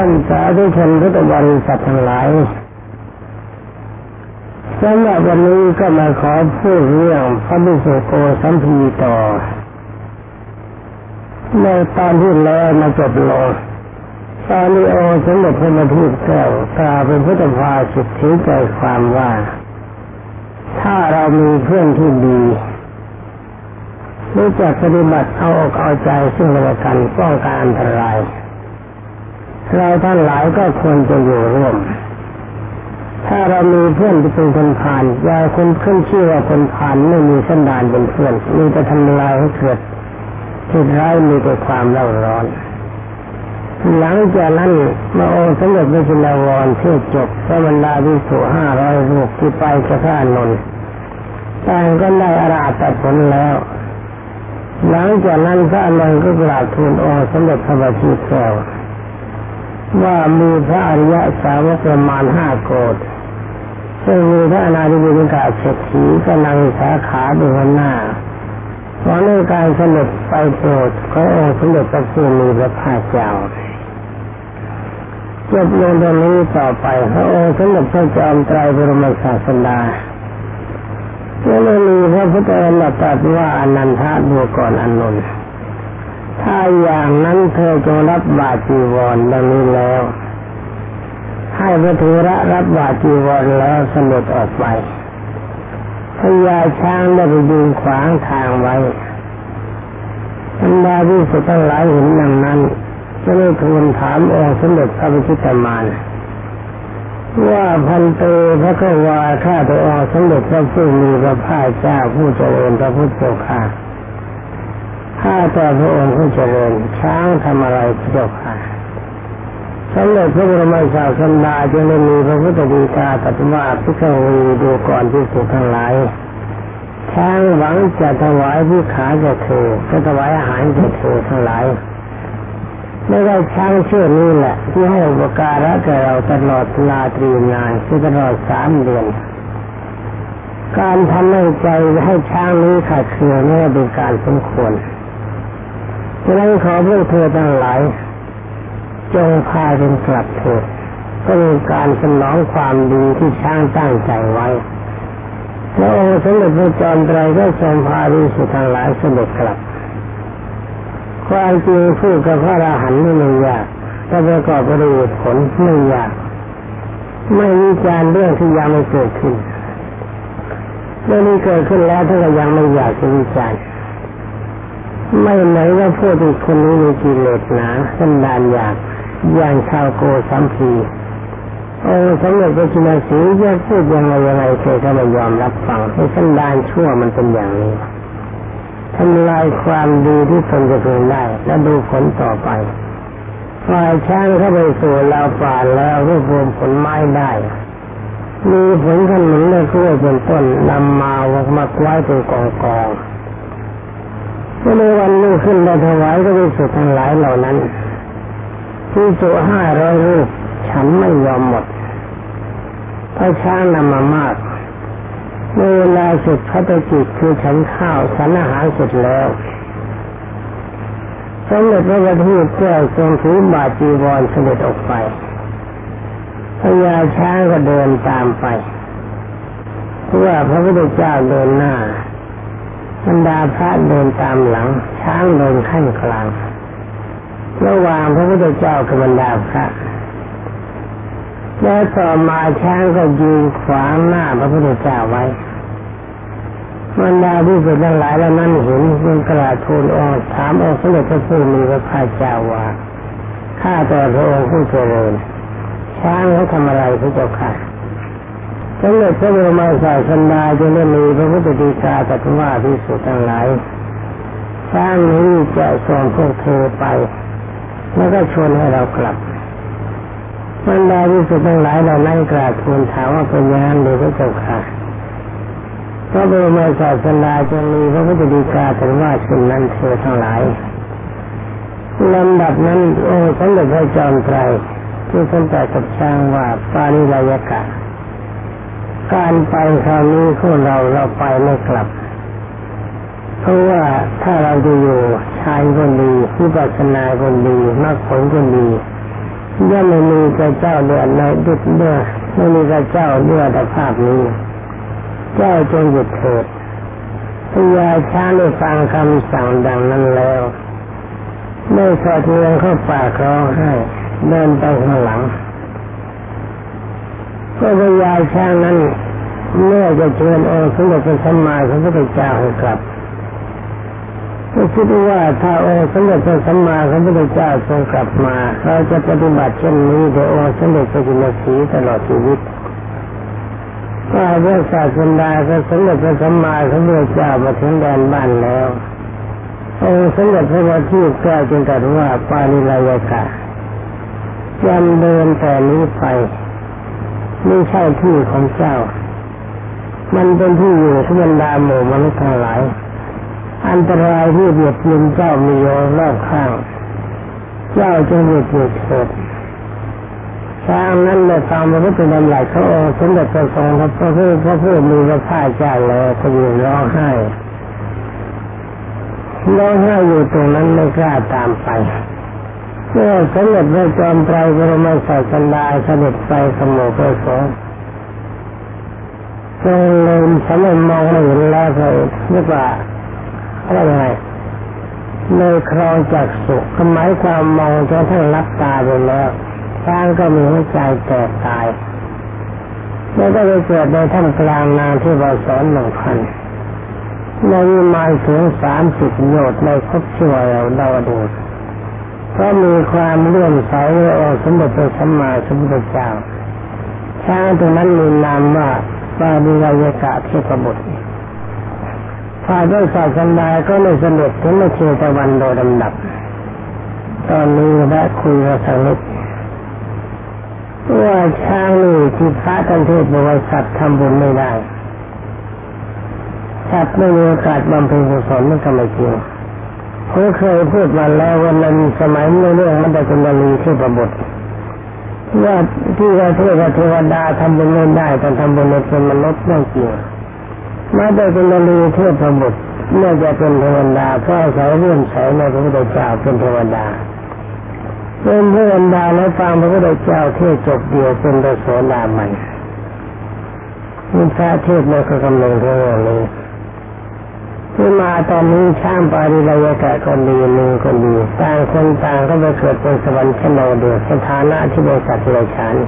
ท่านสาธุชนพุทธบริษัททั้งหลายสำหรับวันนี้ก็มาขอพูดเรื่องพระภิกษุโกสัมพีต่อในตอนที่แล้วมาจบลงตอนนี้องค์สมเด็จพระบัณฑิตแก้วกล่าวเป็นพุทธภาษิตถึงใจความว่าถ้าเรามีเพื่อนที่ดีรู้จักปฏิบัติเอาอกเอาใจซึ่งกันและกันป้องกันอันตรายเราท่านหลายก็ควรจะอยู่ร่วมถ้าเรามีเพื่อนที่เป็นคนผ่านอย่าคนขึ้นชื่อว่าคนผ่านไม่มีสันดานเป็นเพื่อนมีแต่ทำลายให้เกิดเหตุร้ายมีแต่ความเล่าร้อนหลังจากนั้นมาองค์สมเด็จพระจินดาวรเทศจบพระบรรดาภิกษุ500 รูปที่ไปกับพระอานนท์ต่างก็ได้อรหัตผลแล้วหลังจากนั้นพระอานนท์ก็กราบทูลองค์สมเด็จพระบัณฑิตแก้วว่ามีพระอริยสาวกประมาณ5 โกฏซึ่งมีพระอนาถบิณฑิกาเศรษฐีกำลังสาขาเป็นหัวหน้าขอในการเสด็จไปโปรดขององค์สมเด็จพระผู้มีพระภาคเจ้าจบลงตรงนี้ต่อไปพระองค์สมเด็จพระจอมไตรบรมศาสดาก็เลยมีพระพุทธองค์ตรัสว่าอนันทะดูก่อนอานนท์ถ้าอย่างนั้นเธอจงรับบาตรจีวรดังนี้แล้วให้พระเถระรับบาตรจีวรแล้วเสด็จออกไปพญาช้างได้ไปยืนขวางทางไว้บรรดาภิกษุทั้งหลายเห็นดังนั้นก็ได้ทูลถามองค์สมเด็จพระบัณฑิตมารว่าพันเตพระกวาข้าแต่องค์สมเด็จพระผู้มีพระภาคเจ้าผู้เจริญพระพุทธเจ้าข้าข้าแต่พระองค์ผู้เจริญช้างทำอะไรพระเจ้าค่ะสมเด็จพระบรมศาสดาจึงได้มีพระพุทธดีกาตรัสว่าภิกษุดูก่อนภิกษุทั้งหลายช้างหวังจะถวายพิขาแก่เธอจะถวายอาหารแก่เธอทั้งหลายไม่ได้ช้างเชื่อนี้แหละที่ให้อุปการะแก่เราตลอดลาตรีนานคือตลอด3 เดือนการทำให้ใจให้ช้างนี้ขาดเคืองนี่เป็นการสมควรฉะนั้นขอพวกเธอทั้งหลายจงพากันกลับเถิดก็เป็นการสนองความดีที่ช้างตั้งใจไว้แล้วองค์สมเด็จพระจอมไตรก็ทรงพาภิกษุทั้งหลายเสด็จกลับความจริงพูดกับพระอรหันต์นี่ไม่ยากแต่ประกอบไปด้วยผลไม่ยากไม่มีการเรื่องที่ยังไม่เกิดขึ้นเรื่องนี้เกิดขึ้นแล้วถ้ายังไม่อยากจะวิจารณ์ไม่ไหนว่าพูดถึงคนนี้มีกิเลสหนาสันดานอยากอย่างชาวโกสัมพีองค์สมเด็จพระจินสีจะพูดยังไงเธอก็ไม่ยอมรับฟังให้สันดานชั่วมันเป็นอย่างนี้ทำลายความดีที่ตนจะพึงได้และดูผลต่อไปฝ่ายช้างเข้าไปสู่ลาวป่าแล้วรวบรวมผลไม้ได้มีผลขนุนและกล้วยเป็นต้นนำมาไว้เป็นกองเมื่อในวันนี้ขึ้นได้ถวายก็ภิกษุทั้งหลายเหล่านั้นภิกษุ500 รูปฉันไม่ยอมหมดเพราะช้างนำมามากเมื่อเวลาสุดพระตกิจคือฉันข้าวฉันอาหารเสร็จแล้วสมเด็จพระบัณฑิตแก้วทรงถือบาตรจีวรเสด็จออกไปพญาช้างก็เดินตามไปเพราะว่าพระพุทธเจ้าเดินหน้าบรรดาพระเดินตามหลังช้างเดินขั้นกลางระหว่างพระพุทธเจ้ากับบรรดาพระแล้วต่อมาช้างก็ยืนขวางหน้าพระพุทธเจ้าไว้บรรดาผู้เป็นทั้งหลายแล้วนั้นเห็นจึงกราบทูลองค์ถามองค์สมเด็จพระผู้มีพระภาคเจ้าว่าข้าแต่พระองค์ผู้เจริญช้างเขาทำอะไรพระเจ้าค่ะสมเด็จพระบรมศาสดาจึงได้มีพระพุทธดีกาตรัสว่าภิกษุทั้งหลายช้างนี้จะส่งพวกเธอไปแล้วก็ชวนให้เรากลับบรรดาภิกษุทั้งหลายเรานั่งกราบทูลถามว่าเป็นยังไงหรือพระเจ้าค่ะพระบรมศาสดาจึงมีพระพุทธดีกาตรัสว่าเช่นนั้นเธอทั้งหลายลำดับนั้นองค์สมเด็จพระจอมไตรที่ทรงตรัสกับช้างว่าปานิรายกะการไปคราวนี้ของเราไปไม่กลับเพราะว่าถ้าเราจะอยู่ฌานก็ดีวิปัสสนาก็ดีมรรคผลก็ดีย่อมไม่มีพระเจ้าเดือดในดุจเดือดไม่มีพระเจ้าเดือดภาพนี้เจ้าจงหยุดเถิดพญาช้างได้ฟังคำสั่งดังนั้นแล้วได้สอดเงินเข้าปากร้องไห้เดินไปข้างหลังก็พญาช้างนั้นเมื่อจะเชิญองค์สมเด็จพระสัมมาสัมพุทธเจ้าให้กลับก็คิดว่าถ้าองค์สมเด็จพระสัมมาสัมพุทธเจ้าทรงกลับมาเราจะปฏิบัติเช่นนี้โดยองค์สมเด็จพระจินสีตลอดชีวิตว่าเรื่องศาสนาพระสมเด็จพระสัมมาสัมพุทธเจ้ามาถึงแดนบ้านแล้วองค์สมเด็จพระบพิตรแก้วจึงตรัสว่าปาณิลายกะจำเดินแต่นี้ไปไม่ใช่ที่ของเจ้ามันเป็นที่อยู่ที่บรรดาหมู่มนุษย์ทั้งหลายอันตรายที่เบียดเบียนเจ้ามีอยู่รอบข้างเจ้าจงหยุดเถิดช้างนั้นได้ฟังพระพุทธดำรัสขององค์สมเด็จพระทรงพระผู้มีพระภาคเจ้าแล้วก็ยืนร้องไห้อยู่ตรงนั้นไม่กล้าตามไปเมื่อสมเด็จพระจอมไตรบรมศาสดาเสด็จไปขโมยพระสงฆ์ทรงลืมสำเร็จมองไม่เห็นแล้วเลยนึกว่าอะไรเลยครองจากสุขหมายความมองจนทั้งรับตาไปแล้วช้างก็มีหัวใจแตกตายแล้วก็ไปเกิดในท่ามกลางนางที่วสร1,000ในวิมานสูง30 โยชน์ในภพชั่วเราดาวดึงส์เพราะมีความเลื่อมใสในองค์สมเด็จพระสัมมาสัมพุทธเจ้าช้างตัวนั้นมีนามว่าปาณิลายกะเทพบุตรฝ่ายด้วยศาสนาก็ได้เสด็จถึงเชตวันโดยลำดับตอนนี้ได้คุยกับสังนิดว่าช้างนี่ที่พระท่านเทศบอกว่าสัตว์ทำบุญไม่ได้สัตว์ไม่มีโอกาสบำเพ็ญกุศลนั่นก็ไม่จริงผมเคยพูดมาแล้ววันนั้นสมัยในเรื่องมันได้เป็นบาลีเทพบุตรว่าที่ว่าเทวดาทำบุญไม่ได้แต่ทำบุญเป็นมนุษย์ไม่จริงมาได้เป็นบาลีเทพบุตรเมื่อจะเป็นเทวดาเพราะอาศัยเลื่อมใสในพระพุทธเจ้าเป็นเทวดาเป็นเทวดาแล้วฟังพระพุทธเจ้าเทศจบเดียวเป็นพระโสดาบันมีพระเทศในกำเนิดเรื่องนี้ที่มาตอนนี้ช้างปาณิลายกะคนดีมือคนดีต่างคนต่างก็ไปเกิดเป็นสวรรค์ชั้นดาวดึงส์สถานะที่เป็นสัตว์เดรัจฉาน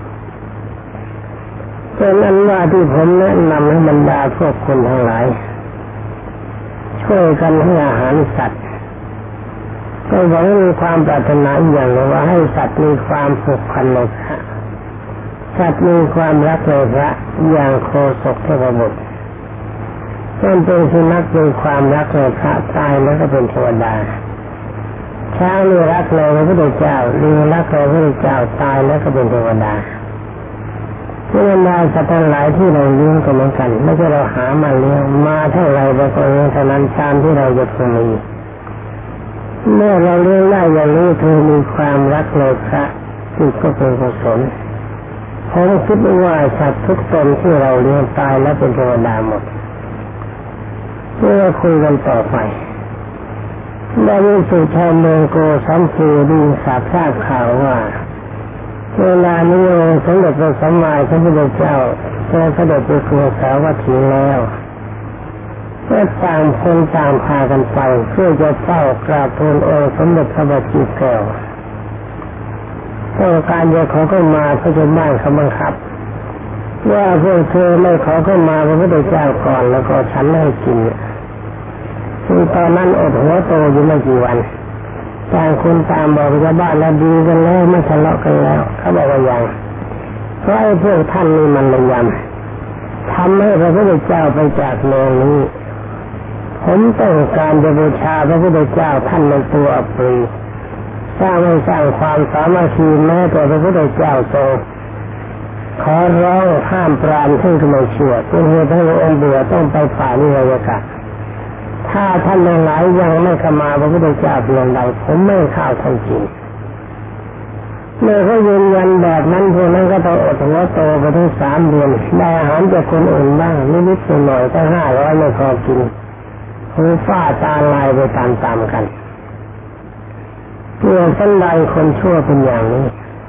เป็นนั้นว่าที่ผมแนะนำให้บรรดาพวกคนทั้งหลายช่วยกันให้อาหารสัตว์ก็หวังมีความปรารถนาอย่างหนึ่งว่าให้สัตว์มีความผูกพันในพระสัตว์มีความรักในพระอย่างโคศกเทพบุตรเป็นสุนัขมีความรักในพระตายแล้วก็เป็นเทวดาช้างมีรักในพระพุทธเจ้าลิงรักในพระพุทธเจ้าตายแล้วก็เป็นเทวดาเทวดาสัตว์ทั้งหลายที่เราเลี้ยงก็เหมือนกันไม่ใช่เราหามาเลี้ยงมาเท่าไรเราก็เลี้ยงเท่านั้นตามที่เราจะพึงมีเมื่อเราเลี้ยงได้อย่างนี้เธอมีความรักในพระจิตก็เป็นกุศลผมคิดว่าสัตว์ทุกตนที่เราเลี้ยงตายแล้วเป็นเทวดาหมดเมื่อคุยกันต่อไปได้ยินสุชาเมืองโกสัมพีดีทราบข่าวว่าเวลานี้องค์สมเด็จพระสัมมาสัมพุทธเจ้าทรงเสด็จไปกรุงสาวัตถีแล้วก็ต่างคนต่างพากันไปเพื่อจะเฝ้ากราบทูลองค์สมเด็จพระบัณฑิตแก้วต้องการจะขอเข้ามาพระเจ้าบ้านเขาบังคับว่าพวกเธอไม่ขอเข้ามาพระพุทธเจ้าก่อนแล้วก็ฉันไม่ให้กินซึ่งตอนนั้นอดหัวโตอยู่ไม่กี่วันต่างคนต่างบอกชาวบ้านแล้วดีกันแล้วไม่ทะเลาะกันแล้วเขาบอกว่าอย่างเพราะไอ้พวกท่านนี่มันระยำทำให้พระพุทธเจ้าไปจากโลกนี้ผมต้องการจะบูชาพระพุทธเจ้าท่านในตัวปรีสร้างความสามัคคีแม้แต่พระพุทธเจ้าทรงขอร้องห้ามปรามท่านก็ไม่เชื่อเป็นเหตุให้พระองค์เบื่อต้องไปป่านิรยกะถ้าท่านทั้งหลายยังไม่เข้ามาพระพุทธเจ้าเพียงใดผมไม่เข้าท่านจริงเมื่อเขายืนยันแบบนั้นพวกนั้นก็ต้องอดหัวโตไปถึง3 เดือนได้อาหารจากคนอื่นบ้างนิดๆหน่อยๆตั้ง500ไม่พอกินหูฝ้าตาลายไปตามๆกันเพื่อสันดานคนชั่วเป็นอย่างนี้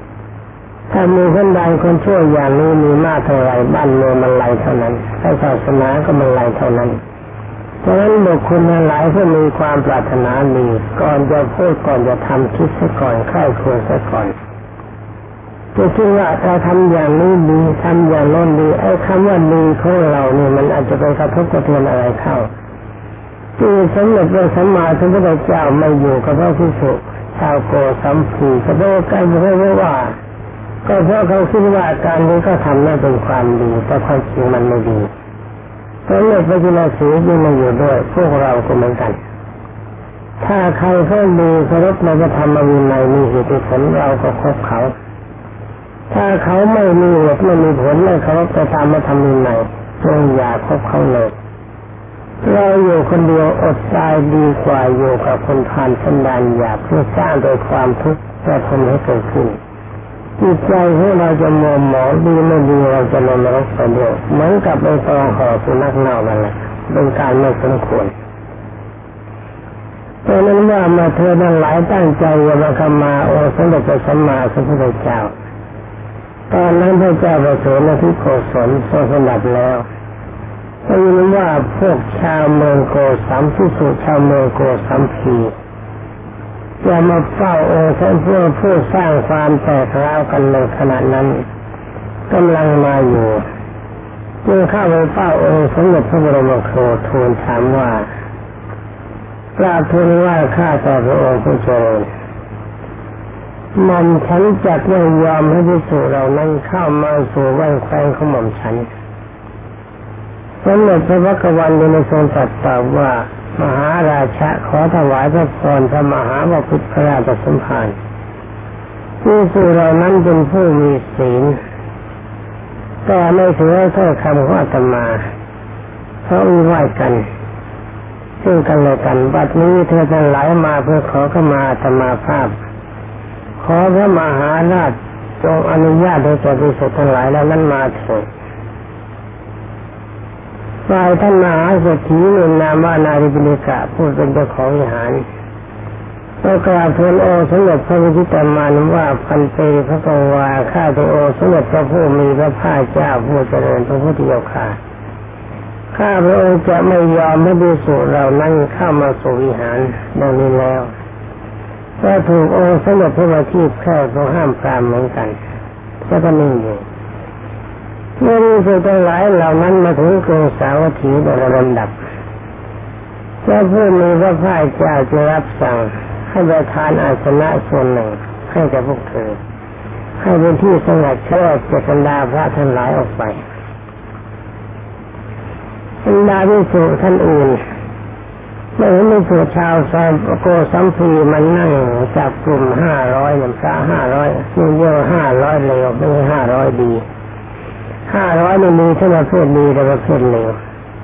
ถ้ามีคนใดคนชั่วอย่างนี้มีมากเท่าไรบ้านเมืองมันไหลเท่านั้นศาสนาก็มันไหลเท่านั้นเพราะฉะนั้นบุคคลหลายผู้มีความปรารถนาดีก่อนจะพูดก่อนจะทำคิดซะก่อนใคร่ครวญซะก่อนจะคิดว่าเราทำอย่างนี้ดีทำอย่างโน้นดีไอ้คำว่าดีของเราเนี่ยมันอาจจะไปกระทบกระเทือนอะไรเข้าที่สมเด็จพระสัมมาสัมพุทธเจ้าไม่อยู่กับพระภิกษุชาวโกสัมพีก็ได้กันเพราะว่าก็เพราะเขาคิดว่าการนี้ก็ทำได้เป็นความดีแต่ความจริงมันไม่ดีตอนนี้พระจุลศรียังมาอยู่ด้วยพวกเราก็เหมือนกันถ้าใครเขาดีเคารพในพระธรรมวินัยมีเหตุผลเราก็คบเขาถ้าเขาไม่มีเหตุไม่มีผลไม่เคารพไปตามพระธรรมวินัยจงอย่าคบเขาเลยเราอยู่คนเดียวอดตายดีกว่าอยู่กับคนผ่านสันดานหยาบเพื่อสร้างโดยความทุกข์และทำให้เกิดขึ้นจิตใจของเราจะมัวหมองดีไม่ดีเราจะลงนรกไปด้วยเหมือนกับไปตองห่อสุนัขเน่านั่นแหละเป็นการไม่สมควรเพราะนั้นว่ามาเธอทั้งหลายตั้งใจอย่ามาคำมาโอ้สมเด็จพระสัมมาสัมพุทธเจ้าตอนนั้นพระเจ้าประเสริฐและที่โกศลทรงสดับแล้วได้ยินว่าพวกชาวเมืองโกสัมภิกษุชาวเมืองโกสัมพีจะมาเฝ้าองค์ท่านผู้สร้างความแตกร้าวกันในขณะนั้นกำลังมาอยู่จึงเข้าไปเฝ้าองค์สมเด็จพระบรมโคทูลถามว่ากราบทูลว่าข้าแต่พระองค์ผู้เจริญมันฉันจักไม่ยอมให้ภิกษุเรานั้นเข้ามาสู่แว่นแคว้นของหม่อมฉันสมเด็จพระพักวันได้ทรงตรัสตอบว่ามหาราชะขอถวายพระพรพระมหาบพิตรพระราชสมภารภิกษุเรานั้นเป็นผู้มีศีลแต่ไม่ถือถ้อยคำของอาตมาเพราะวิวาทกันซึ่งกันและกันบัดนี้เธอทั้งหลายมาเพื่อขอเข้ามาอาตมาภาพขอพระมหาราชจงอนุญาตให้แก่ภิกษุทั้งหลายแล้วนั้นมาเถิดฝ่ายท่านมหาเศรษฐีนามว่านาริปิณิกะผู้เป็นเจ้าของวิหารก็กราบทูลองค์สมเด็จพระวิชิตามานว่าพันเตพระกวาข้าแต่องค์สมเด็จพระผู้มีพระภาคเจ้าผู้เจริญพระพุทธเจ้าข้าพระองค์จะไม่ยอมให้ภิกษุเรานั้นเข้ามาสู่วิหารดังนี้แล้วก็ถูกองค์สมเด็จพระบัณฑิตแค่ทรงห้ามปรามเหมือนกันแล้วก็นิ่งอยู่เมื่อภิกษุทั้งหลายเหล่านั้นมาถึงกรุงสาวัตถีโดยลำดับเจ้าผู้มีพระภาคเจ้าจะรับสั่งให้ประทานอาสนะส่วนหนึ่งให้แก่พวกเธอให้เป็นที่สงัดแช่จากบรรดาพระทั้งหลายออกไปบรรดาภิกษุท่านอื่นเมื่อเห็นภิกษุชาวโกสัมพีมันนั่งจับกลุ่ม500พระ500นี่เยอะ500เลวไม่ใช่500ดี500นี่มีทั้งประเภทดีและประเภทเลว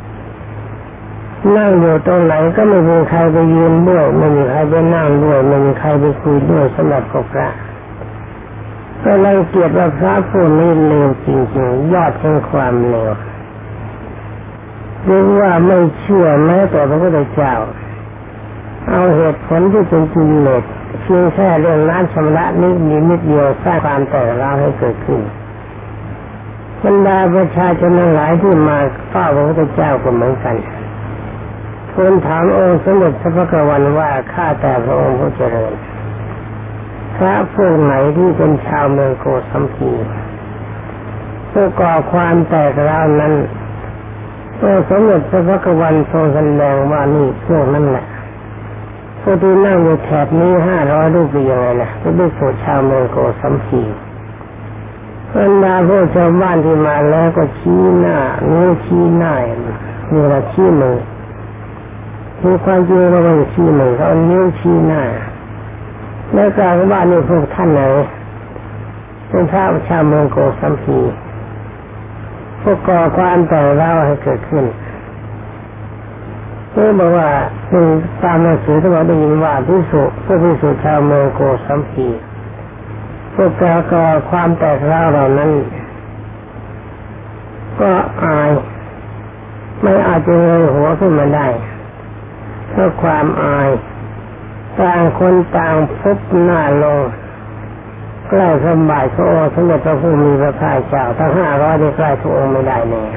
นั่งอยู่ตรงไหนก็ไม่มีใครไปยืนด้วยไม่มีใครไปนั่งด้วยไม่มีใครไปคุยด้วยสำหรับพระก็รังเกียจว่าพระผู้นี้เลวจริงๆยอดแห่งความเลวเรียกว่าไม่เชื่อแม้แต่พระพุทธเจ้าเอาเหตุผลที่เป็นจริงเลยเพียงแค่เรื่องน้ำชำระนิดเดียวสร้างความแตกร้าวให้เกิดขึ้นบรรดาประชาชนหลายที่มาเฝ้าพระพุทธเจ้าก็เหมือนกันทูลถามองค์สมเด็จพระพักวันว่าข้าแต่พระองค์ผู้เจริญพระพวกไหนที่เป็นชาวเมืองโกสัมพีผู้ก่อความแตกร้าวนั้นองค์สมเด็จพระพักวันทรงแสดงว่านี่พวกนั้นแหละผู้ที่นั่งอยู่แถบนี้500รูปเป็นยังไงล่ะก็ได้โสดชาวเมืองโกสัมพีบรรดาพวกชาวบ้านที่มาแล้วก็ชี้หน้านิ้วชี้หน้ามีอะไรชี้มือคือความจริงเราไม่ชี้มือเขานิ้วชี้หน้าแล้วกล่าวว่านี่พวกท่านไหนเป็นพระชาวเมืองโกสัมพีพวกก่อความแตกร้าวให้เกิดขึ้นนี่บอกว่าตามหนังสือที่เราได้ยินว่าภิกษุชาวเมืองโกสัมพีพวกก่อความแตกร้าวเหล่านั้นก็อายไม่อาจจะเงยหัวขึ้นมาได้เพราะความอายต่างคนต่างพบหน้าลงใกล้สมบัติพระองค์สมเด็จพระผู้มีพระภาคเจ้าทั้ง500ได้ใกล้พระองค์ไม่ได้แน่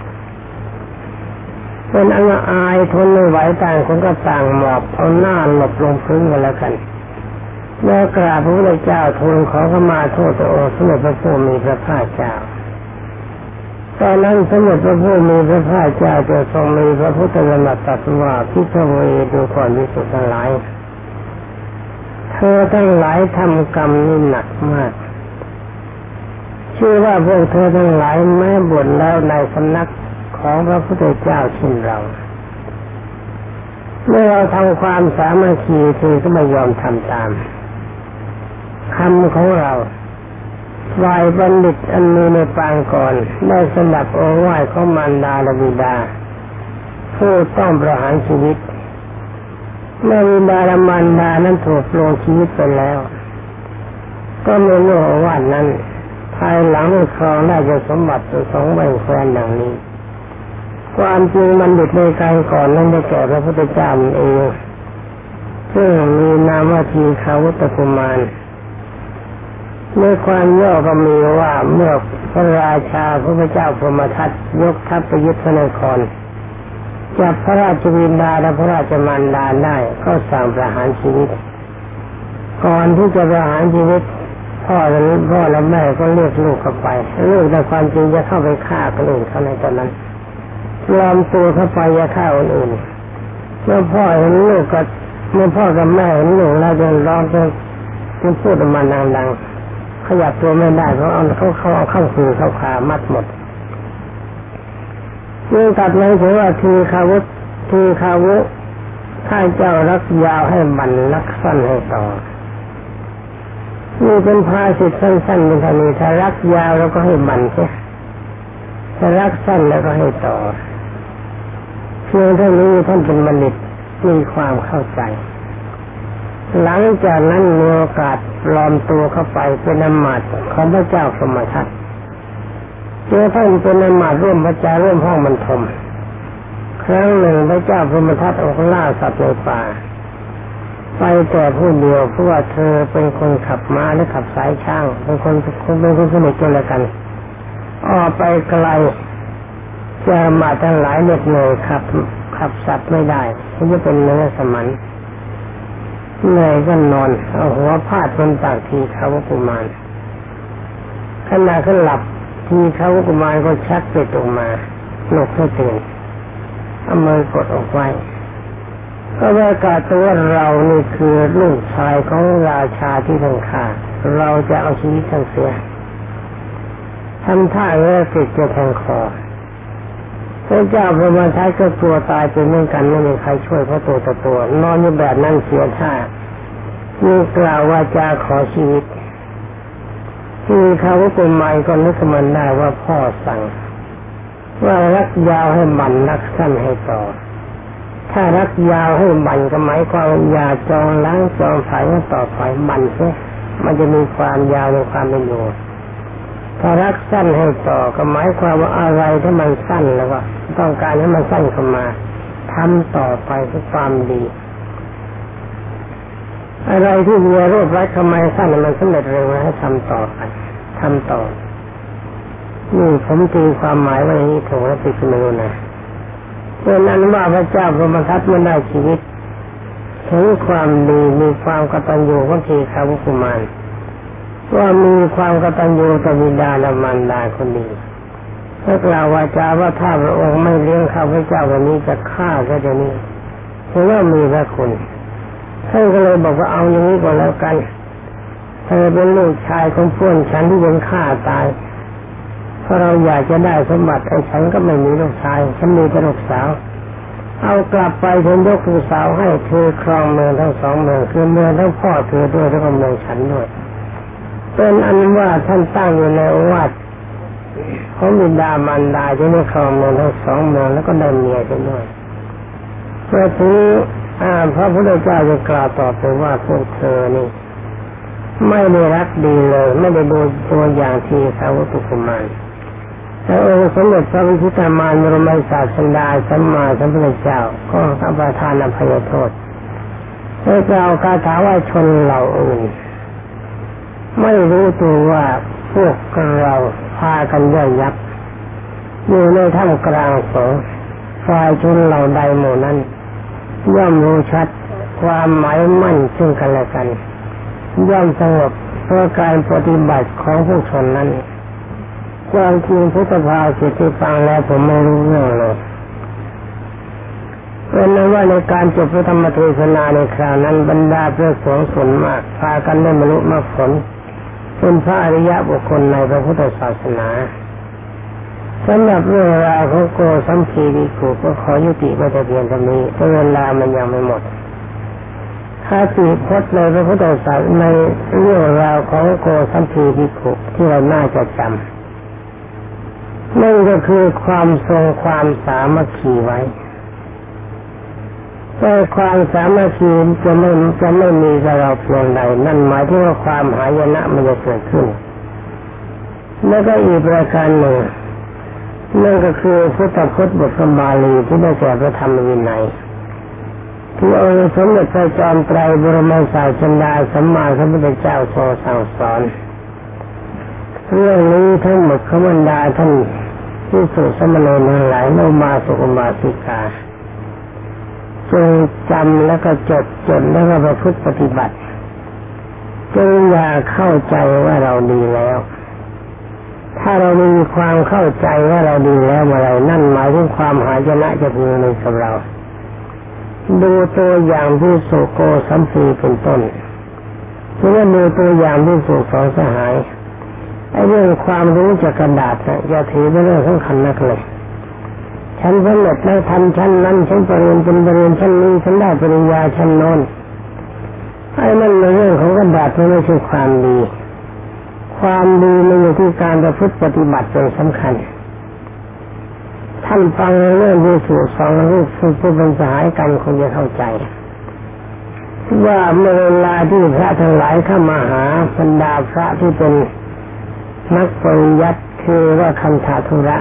เป็นอันอายทนไม่ไหวต่างคนก็ต่างหมอบเอาหน้าหลบลงพื้นกันแล้วกันแล้วกราบพระพุทธเจ้าทูลขอขมาโทษพระองค์สมเด็จพระผู้มีพระภาคเจ้าตอนนั้นสมเด็จพระผู้มีพระภาคเจ้าจะทรงมีพระพุทธดำรัสตรัสว่าภิกษุณีดูก่อนภิกษุทั้งหลายเธอทั้งหลายทำกรรมนี่หนักมากชื่อว่าพวกเธอทั้งหลายแม้บวชแล้วในสำนักของพระพุทธเจ้าเช่นเราเมื่อเราทำความสามัคคีเธอก็ไม่ยอมทำตามคำของเราฝ่ายบัณฑิตอันมีในปางก่อนได้สดับโอวาทของมารดาและบิดาผู้ต้องประหารชีวิตเมื่อบิดาและมารดานั้นถูกปลงชีวิตไปแล้วก็ไม่รู้ว่านั้นภายหลังได้ครองได้จะสมบัติ2 ใบแคว้นดังนี้ความจริงบัณฑิตในการก่อนนั้นได้แก่พระพุทธเจ้าเองซึ่งมีนามว่าทีฆาวุตกุมารในความย่อก็มีว่าเมื่อพระราชาพระเจ้าพรหมทัตยกทัพไปยึดพระนครจับพระราชบิดาและพระราชมารดาได้ก็สั่งประหารชีวิตก่อนที่จะประหารชีวิตพ่อและแม่ก็เรียกลูกเข้าไปลูกในความจริงจะเข้าไปฆ่าคนอื่นเขาในตอนนั้นปลอมตัวเข้าไปจะฆ่าคนอื่นเมื่อพ่อเห็นลูกก็เมื่อพ่อกับแม่เห็นลูกแล้วจะร้องจะพูดออกมาดังๆขยับตัวไม่ได้เพราะเขาเข้าคือเข้าขามัดหมดเรื่องตัดนั้นถือว่าทีฆาวุถ้าเจ้ารักยาวให้มันรักสั้นให้ต่อนี่เป็นภาษิตสั้นๆเป็นเท่านี้ถ้ารักยาวแล้วก็ให้มันใช่ถ้ารักสั้นแล้วก็ให้ต่อเพียงเท่านี้ท่านเป็นบัณฑิตมีความเข้าใจหลังจากนั้นมีโอกาสปลอมตัวเข้าไปเป็นอมาตย์ของพระเจ้าพรหมทัตเจอท่านเป็นอมาตย์ร่วมพระเจ้าร่วมห้องบรรทมครั้งหนึ่งพระเจ้าพรหมทัตออกล่าสัตว์ในป่าไปแต่ผู้เดียวเพราะว่าเธอเป็นคนขับม้าและขับสายช่างเป็นคนสนิทกันแล้วกันออกไปไกลจะมาทั้งหลายเหน็ดเหนื่อยขับสัตว์ไม่ได้ที่จะเป็นเนื้อสมันเหนื่อยก็นอนเอาหัวพาดบนตักทีฆาวุกุมารขณะเขาหลับทีฆาวุกุมารก็ชักไปตรงมาปลุกให้ตื่นเอามือกดออกไว้ก็ประกาศตัวเรานี่คือลูกชายของราชาที่ทั้งฆ่าเราจะเอาชีวิตทั้งเสียทำท่าเรื่องติดจะแทงคอพระเจ้าพรหมทัตก็กลัวตายเป็นเหมือนกันไม่มีใครช่วยเพราะตัวนอนอยู่แบบนั้นเสียท่ามีกล่าวว่าจะขอชีวิตที่เขากุมารก็นึกมันได้ว่าพ่อสั่งว่ารักยาวให้มันรักสั้นให้ต่อถ้ารักยาวให้มันก็หมายความอย่าจองล้างจองไถ่ต่อไปมันใช่มันจะมีความยาวในความเป็นอยู่ถ้ารักสั้นให้ต่อก็หมายความว่าอะไรที่มันสั้นแล้วก็ต้องการให้มันสั้นเข้ามาทำต่อไปเพื่อความดีอะไรที่มีรวบรัดทำไมสั้นมันสำเร็จเร็วให้ทำต่อไปทำต่อนี่ผมตีความหมายว่าอย่างนี้ถูกและผิดไม่รู้นะเพราะนั้นว่าพระเจ้าพรหมทัตเมื่อได้ชีวิตถึงความดีมีความกตัญญูของทีฆาวุกุมารว่ามีความกตัญญูต่อบิดาและมารดาคนดีถ้ากล่าววาจาว่าถ้าพระองค์ไม่เลี้ยงข้าพเจ้าวันนี้จะฆ่าซะเดี๋ยวนี้เพราะว่ามีพระคุณท่านก็เลยบอกว่าเอาอย่างนี้ก็แล้วกันเธอเป็นลูกชายของเพื่อนฉันที่ยังฆ่าตายเพราะเราอยากจะได้สมบัติไอ้ฉันก็ไม่มีลูกชายฉันมีแต่ลูกสาวเอากลับไปเธอยกลูกสาวให้เธอครองเมืองทั้ง2 เมืองคือเมืองทั้งพ่อเธอด้วยแล้วก็เมืองฉันด้วยเป็นอันว่าท่านตั้งอยู่ในโอวาทของบิดามารดาที่ได้ครองเมืองทั้ง2 เมืองแล้วก็ได้เมียด้วยเมื่อถึงพระพุทธเจ้าจะกล่าวต่อไปว่าพวกเธอนี่ไม่ได้รักดีเลยไม่ได้ดูตัวอย่างที่สาวกกุมารแล้วองค์สมเด็จพระวิชิตามารบรมศาสดาสัมมาสัมพุทธเจ้าก็ประทานอภัยโทษได้กล่าวคาถาว่าชนเหล่าอื่นไม่รู้ตัวว่าพวกเราพากันย่อยยับอยู่ในท่ามกลางสงฆ์ฝ่ายชนเหล่าใดหมู่นั้นย่อมรู้ชัดความหมายมั่นซึ่งกันและกันย่อมสงบเพราะการปฏิบัติของพวกชนนั้นความจริงพุทธภาษิตที่ฟังแล้วผมไม่รู้เรื่องเลยเป็นนั้นว่าในการจบพระธรรมเทศนาในคราวนั้นบรรดาพระสงฆ์ส่วนมากพากันได้บรรลุมรรคผลเป็นพระอริยบุคคลในพระพุทธศาสนาสำหรับเรื่องราวของโกสัมพีภิกขุก็ขอยุติไว้แต่เพียงเท่านี้เพราะเวลามันยังไม่หมดถ้าติพจน์ในพระพุทธศาสนาในเรื่องราวของโกสัมพีภิกขุที่เราน่าจะจำนั่นก็คือความทรงความสามัคคีไว้แต่ความสามัคคีจะไม่มีกับเราเพียงใดนั่นหมายถึงว่าความหายนะมันจะเกิดขึ้นแล้วก็อีกประการหนึ่งนั่นก็คือพุทธพจน์บทบาลีที่ได้แก่พระธรรมวินัยที่องค์สมเด็จพระจอมไตรบรมศาสดาสัมมาสัมพุทธเจ้าทรงสั่งสอนเรื่องนี้ทั้งหมดขบรรดาท่านที่สุสมณีทั้งหลายโนมาสุอุมาสิกาจงจำแล้วก็จดแล้วก็ประพฤติปฏิบัติจงอย่าเข้าใจว่าเราดีแล้วถ้าเรามีความเข้าใจว่าเราดีแล้วเมื่อไรนั่นหมายถึงความหายนะจะพึงมีกับเราดูตัวอย่างที่สุโกสัมพีเป็นต้นหรือว่าดูตัวอย่างที่สุสองสหายไอ้เรื่องความรู้จากกระดาษนะอย่าถือเป็นเรื่องสำคัญนักเลยฉันสำเร็จแล้วทำชั้นนั้นฉันปริญญาเป็นปริญญาชั้นนี้ฉันได้ปริญญาชั้นโน้นไอ้นั่นเรื่องของกระดาษไม่ใช่ความดีความดีมันอยู่ที่การประพฤติปฏิบัติเป็นสำคัญท่านฟังเรื่องที่สู่สองรูปผู้เป็นสหายกันคงจะเข้าใจว่าเมื่อเวลาที่พระทั้งหลายเข้ามาหาบรรดาพระที่เป็นนักปริยัติคือว่าคันธทุระ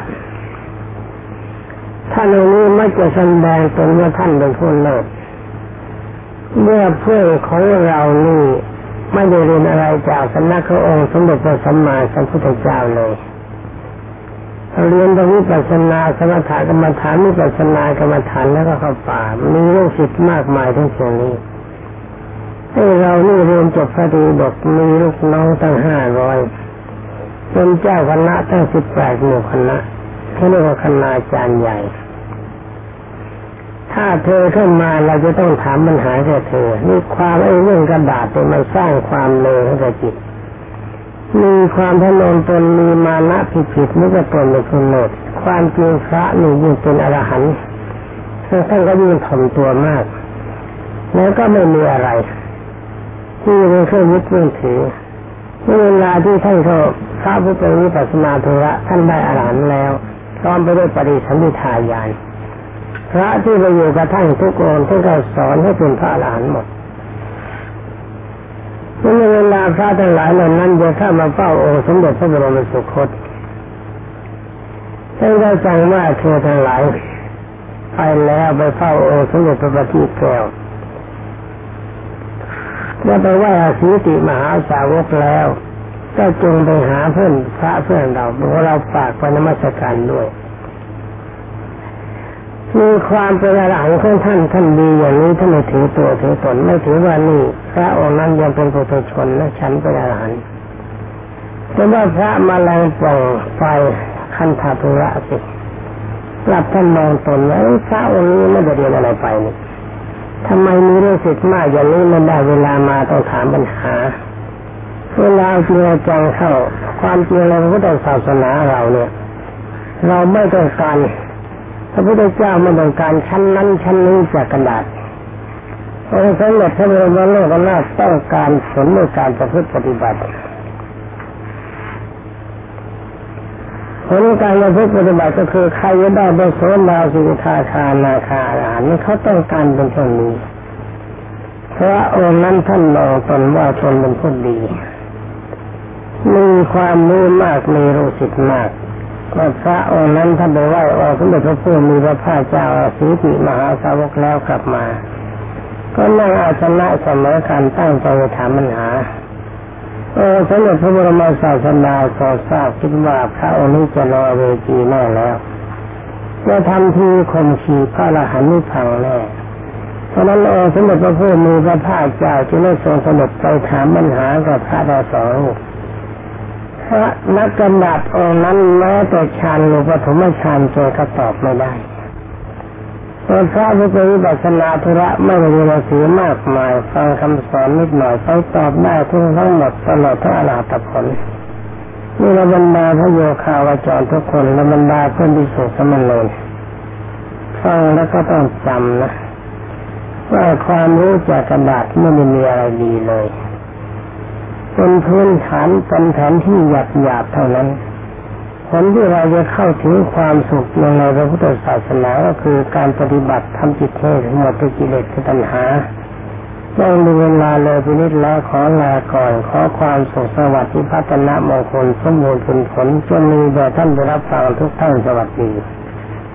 ท่านองค์นี้ไม่จะแสดงตนว่าท่านเป็นผู้เลิศเมื่อเพื่อนของเรานี่ไม่ได้เรียนอะไรจากสำนักขององค์สมเด็จพระสัมมาสัมพุทธเจ้าเลยเรียนตรงวิปัสสนาสมถกรรมฐานวิปัสสนากรรมฐานแล้วก็เข้าป่ามีลูกศิษย์มากมายทั้งเช่นนี้ให้เรานี่เรียนจบพระดีบทมีลูกน้องตั้ง500เป็นเจ้าคณะตั้ง18หมู่คณะเขาเรียกว่าคณาจารย์ใหญ่ถ้าเธอขึ้นมาเราจะต้องถามปัญหาแก่เธอนี่ความเรื่องกระดาษมันสร้างความเลวให้แก่จิตมีความทะนงตนมีมานะผิดนี่ก็ตนเป็นคนโลภความจริงพระนี่ยิ่งเป็นอรหันต์ท่านก็ยิ่งถ่อมตัวมากแล้วก็ไม่มีอะไรที่เป็นเครื่องยึดเครื่องถือเวลาที่ท่านเขาพระผู้เป็นวิปัสสนาธุระท่านได้อรหันต์แล้วพร้อมไปด้วยปริสัมภิทาญาณพระที่ไปอยู่กับท่านทุกองค์ท่านก็สอนให้เป็นพระอรหันต์หมดเมื่อเวลาพระทั้งหลายเหล่านั้นจะเข้ามาเฝ้าองค์สมเด็จพระบรมสุคตท่านได้สั่งว่าเธอทั้งหลายไปแล้วไปเฝ้าองค์สมเด็จพระบัณฑิตแก้วว่าไปไหว้อสีติมหาสาวกแล้วก็จงไปหาเพื่อนพระเพื่อนเราบอกว่าเราฝากไปนมัสการด้วยมีความเป็นอรหันต์ของท่านดีอย่างนี้ท่านไม่ถือตัวถือตนไม่ถือว่านี่พระองค์นั้นยังเป็นปุถุชนนะฉันเป็นอรหันต์แต่ว่าพระมาแรงป่องไฟคันธทุระสิกลับท่านมองตนว่าพระองค์นี้ไม่ได้เรียนอะไรไปนี่ทำไมมีเรื่องศิษย์มากอย่างนี้ไม่ได้เวลามาต้องถามปัญหาเวลาจริงจังเข้าความจริงในพระพุทธศาสนาเราเนี่ยเราไม่ต้องการพระพุทธเจ้าไม่ต้องการชั้นนั้นชั้นนี้จากกระดาษองค์สมเด็จพระบรมโลกนาถต้องการผลในการประพฤติปฏิบัติผลการประพฤติปฏิบัติก็คือใครจะได้เป็นโสดาสิกขาคานาคาอรหันต์เขาต้องการเป็นเช่นนี้เพราะองค์นั้นท่านมองตนว่าตนเป็นผู้ดีมีความรู้มากมีรู้สิทธิ์มากพระองค์นั้นท่านไปไหว้องค์สมเด็จพระผู้มีพระภาคเจ้าสีติมหาสาวกแล้วกลับมาก็นั่งอาสนะเสมอกันตั้งใจถามปัญหาสมเด็จพระบรมศาสดาทรงทราบคิดว่าพระองค์นี้จะรอเวทีแน่แล้วจะทำทีข่มขีพระอรหันต์นิพพานแน่เพราะนั้นสมเด็จพระพุทธมีพระภาคเจ้าจึงได้ทรงเสด็จไปถามปัญหากับพระทั้งสองรูปพระนักกำดับองค์นั้นแม้แต่ฌานหรือปฐมฌานเจอก็ตอบไม่ได้พระผู้เป็นวิปัสสนาธุระไม่ได้เรียนหนังสือมากมายฟังคำสอนนิดหน่อยเขาตอบได้ทั้งหมดตลอดทั้งอรหัตผลนี่ระบรรดาพระโยคาวาจรทุกคนระบรรดาเพื่อนภิกษุสมณเณรฟังแล้วก็ต้องจำนะว่าความรู้จากกระดาษไม่ได้มีอะไรดีเลยเป็นพื้นฐานเป็นแผนที่หยาบๆเท่านั้นผลที่เราจะเข้าถึงความสุขในพระพุทธศาสนาก็คือการปฏิบัติทำจิตให้หมดกิเลสตัณหาต้องมีเวลาเลยไปนิดแล้วขอลาก่อนขอความสุขสวัสดิ์ที่พัฒนามงคลสมบูรณ์ผลจนมีแด่ท่านได้รับฟังทุกท่านสวัสดี